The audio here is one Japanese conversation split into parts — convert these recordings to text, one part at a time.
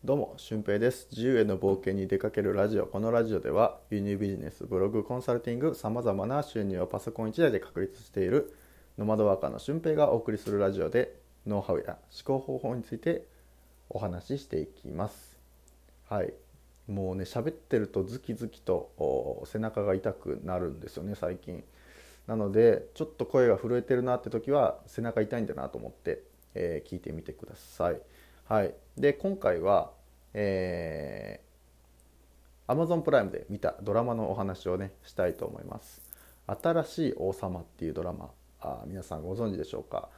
どうも、俊平です。自由への冒険に出かけるラジオ。このラジオでは、輸入ビジネス、ブログ、コンサルティング、様々な収入をパソコン1台で確立しているノマドワーカーの俊平がお送りするラジオで、ノウハウや思考方法についてお話ししていきます。はい。もうね、喋ってるとズキズキと背中が痛くなるんですよね、最近。なので、ちょっと声が震えてるなって時は、背中痛いんだなと思って、聞いてみてください。はい。で、今回は、えAmazon プライムで見たドラマのお話をねしたいと思います。新しい王様っていうドラマ、皆さんご存知でしょうか。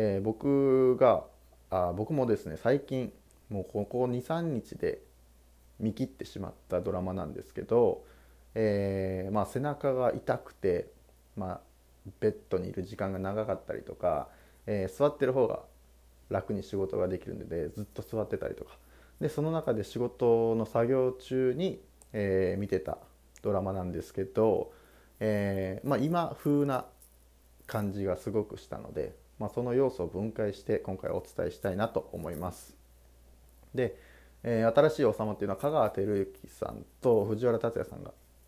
僕もですね最近もうここ2、3日で見切ってしまったドラマなんですけど、背中が痛くて、ベッドにいる時間が長かったりとか、座ってる方が楽に仕事ができるのでずっと座ってたりとかで、その中で仕事の作業中に、見てたドラマなんですけど、今風な感じがすごくしたので、その要素を分解して今回お伝えしたいなと思います。で、新しい王様っていうのは香川照之さんと藤原竜也さん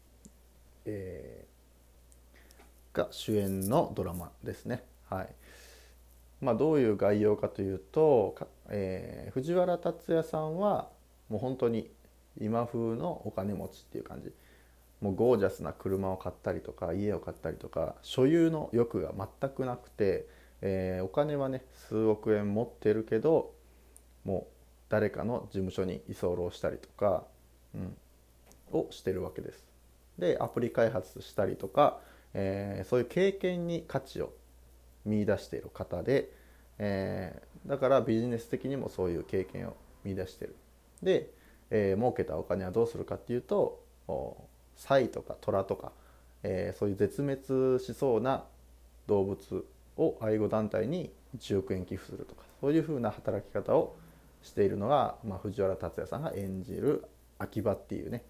が主演のドラマですね。はい。どういう概要かというと、藤原竜也さんはもう本当に今風のお金持ちっていう感じ。もうゴージャスな車を買ったりとか家を買ったりとか所有の欲が全くなくて、お金はね数億円持ってるけど、もう誰かの事務所に居候したりとか、をしてるわけです。でアプリ開発したりとか、そういう経験に価値を見出している方で、だからビジネス的にもそういう経験を見出している。で、儲けたお金はどうするかっていうと、サイとかトラとか、そういう絶滅しそうな動物を愛護団体に1億円寄付するとか、そういうふうな働き方をしているのが、藤原竜也さんが演じる秋葉っていうね、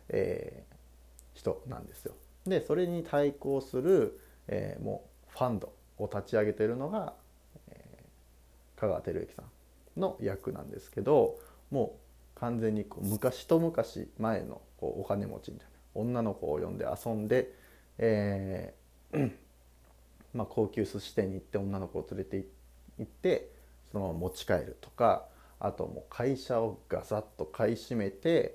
人なんですよ。でそれに対抗する、もうファンドを立ち上げているのが、香川照之さんの役なんですけど、もう完全にこう昔と昔前のこうお金持ちみたいな女の子を呼んで遊んで、え高級寿司店に行って女の子を連れて行ってそのまま持ち帰るとか、あともう会社をガサッと買い占めて、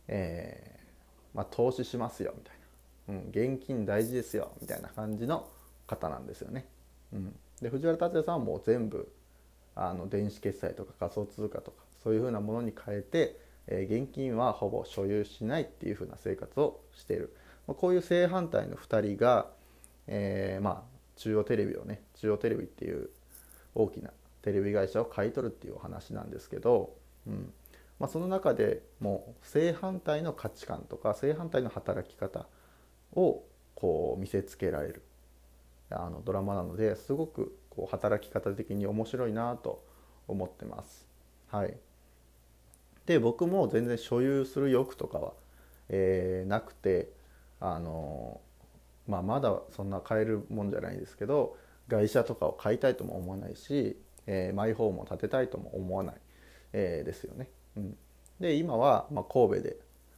投資しますよみたいな、現金大事ですよみたいな感じの方なんですよね。で藤原竜也さんはもう全部電子決済とか仮想通貨とかそういうふうなものに変えて、現金はほぼ所有しないっていうふうな生活をしている、こういう正反対の2人が、中央テレビをね、中央テレビっていう大きなテレビ会社を買い取るっていうお話なんですけど、その中でもう正反対の価値観とか正反対の働き方をこう見せつけられるドラマなので、すごくこう働き方的に面白いなと思ってます。はい。で僕も全然所有する欲とかは、なくて、まだそんな買えるもんじゃないですけど、外車とかを買いたいとも思わないし、マイホームを建てたいとも思わない、ですよね。で今は、神戸で、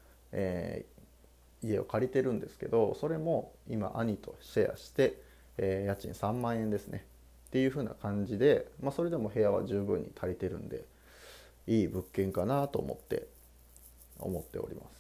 家を借りてるんですけど、それも今兄とシェアして、家賃3万円ですねっていう風な感じで、それでも部屋は十分に足りてるんでいい物件かなと思っております。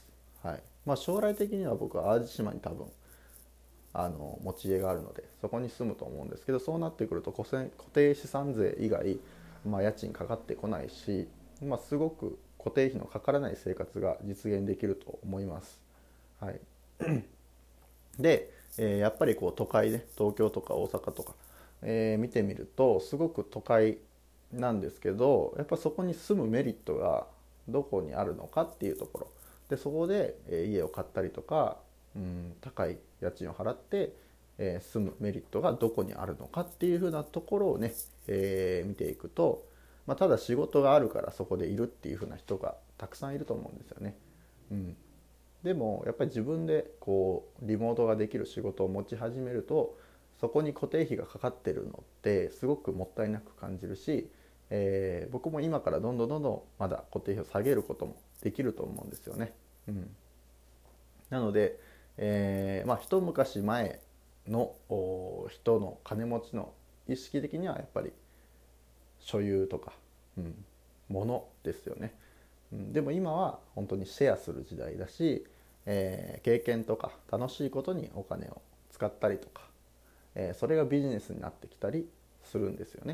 はい。将来的には僕は淡路島に多分持ち家があるのでそこに住むと思うんですけど、そうなってくると固定資産税以外、家賃かかってこないし、すごく固定費のかからない生活が実現できると思います。はい。で、やっぱりこう都会ね、東京とか大阪とか、見てみるとすごく都会なんですけど、やっぱそこに住むメリットがどこにあるのかっていうところで、そこで、家を買ったりとか、高い家賃を払って、住むメリットがどこにあるのかっていうふうなところをね、見ていくと、ただ仕事があるからそこでいるっていうふうな人がたくさんいると思うんですよね。でもやっぱり自分でこうリモートができる仕事を持ち始めると、そこに固定費がかかってるのってすごくもったいなく感じるし、 僕も今からどんどんまだ固定費を下げることもできると思うんですよね。なので、一昔前の人の金持ちの意識的にはやっぱり所有とか、物ですよね。でも今は本当にシェアする時代だし、経験とか楽しいことにお金を使ったりとか、それがビジネスになってきたりするんですよね。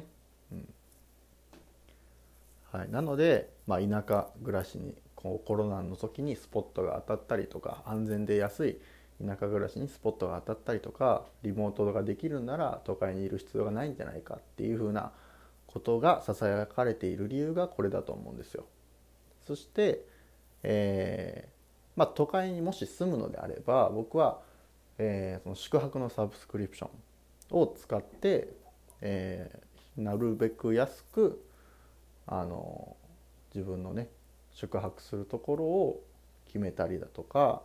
なので、田舎暮らしにコロナの時にスポットが当たったりとか、安全で安い田舎暮らしにスポットが当たったりとか、リモートができるなら都会にいる必要がないんじゃないかっていうふうなことがささやかれている理由がこれだと思うんですよ。そして、都会にもし住むのであれば、僕は、その宿泊のサブスクリプションを使って、なるべく安く自分のね宿泊するところを決めたりだとか、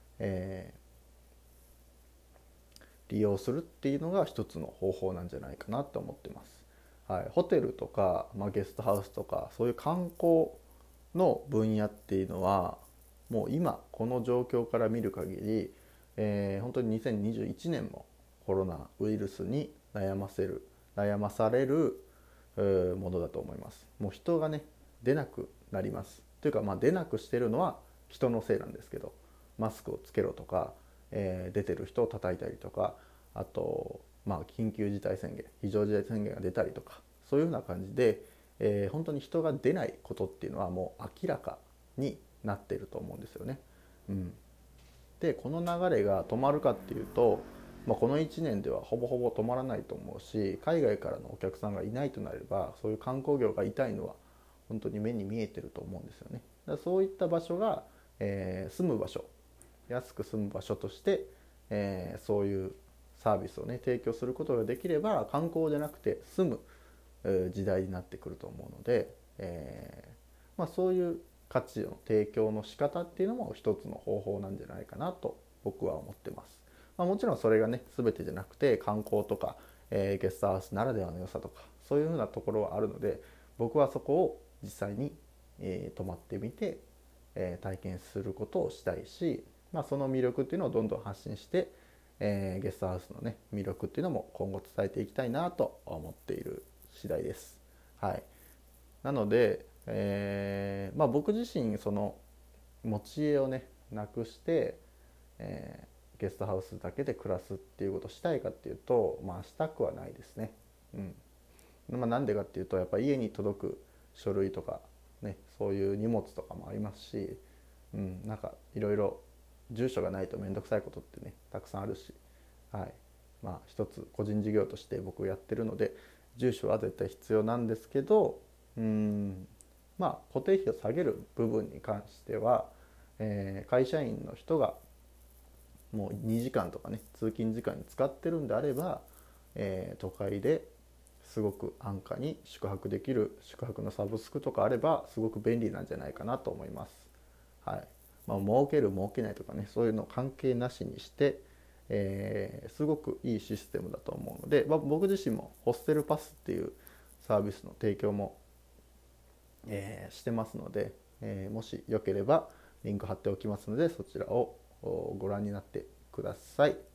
利用するっていうのが一つの方法なんじゃないかなと思ってます。ホテルとか、ゲストハウスとかそういう観光の分野っていうのはもう今この状況から見る限り、本当に2021年もコロナウイルスに悩まされるものだと思います。もう人がね出なくなりますというか、出なくしてるのは人のせいなんですけど、マスクをつけろとか、出てる人を叩いたりとか、あと緊急事態宣言、非常事態宣言が出たりとか、そういうふうな感じで、本当に人が出ないことっていうのはもう明らかになっていると思うんですよね。でこの流れが止まるかっていうと、この1年ではほぼほぼ止まらないと思うし、海外からのお客さんがいないとなればそういう観光業が痛いのは本当に目に見えてると思うんですよね。だからそういった場所が、住む場所、安く住む場所として、そういうサービスをね提供することができれば、観光じゃなくて住む時代になってくると思うので、そういう価値の提供の仕方っていうのも一つの方法なんじゃないかなと僕は思ってます。もちろんそれがね全てじゃなくて、観光とか、ゲストハウスならではの良さとかそういうふうなところはあるので、僕はそこを実際に、泊まってみて、体験することをしたいし、その魅力っていうのをどんどん発信して、ゲストハウスのね魅力っていうのも今後伝えていきたいなと思っている次第です。なので、僕自身その持ち家をねなくして、ゲストハウスだけで暮らすっていうことをしたいかっていうと、したくはないですね。なんでかっていうと、やっぱ家に届く書類とかね、そういう荷物とかもありますし、なんかいろいろ住所がないと面倒くさいことってねたくさんあるし、一つ個人事業として僕やってるので住所は絶対必要なんですけど、固定費を下げる部分に関しては、会社員の人がもう2時間とかね通勤時間に使ってるんであれば、都会ですごく安価に宿泊できる宿泊のサブスクとかあればすごく便利なんじゃないかなと思います。儲ける儲けないとかね、そういうの関係なしにして、すごくいいシステムだと思うので、僕自身もホステルパスっていうサービスの提供も、してますので、もしよければリンク貼っておきますので、そちらをご覧になってください。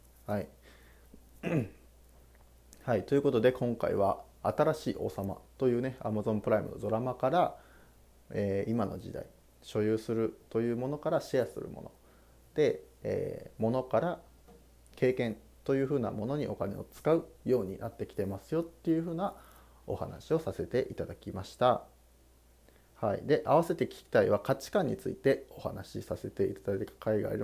ということで今回は新しい王様というね Amazon プライムのドラマから、今の時代所有するというものからシェアするもので、物から経験というふうなものにお金を使うようになってきてますよっていうふうなお話をさせていただきました。で合わせて聞きたいは価値観についてお話しさせていただいた回があり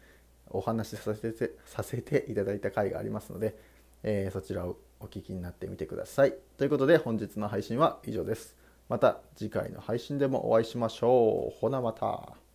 ますので、そちらをお聞きになってみてください。ということで本日の配信は以上です。また次回の配信でもお会いしましょう。ほなまた。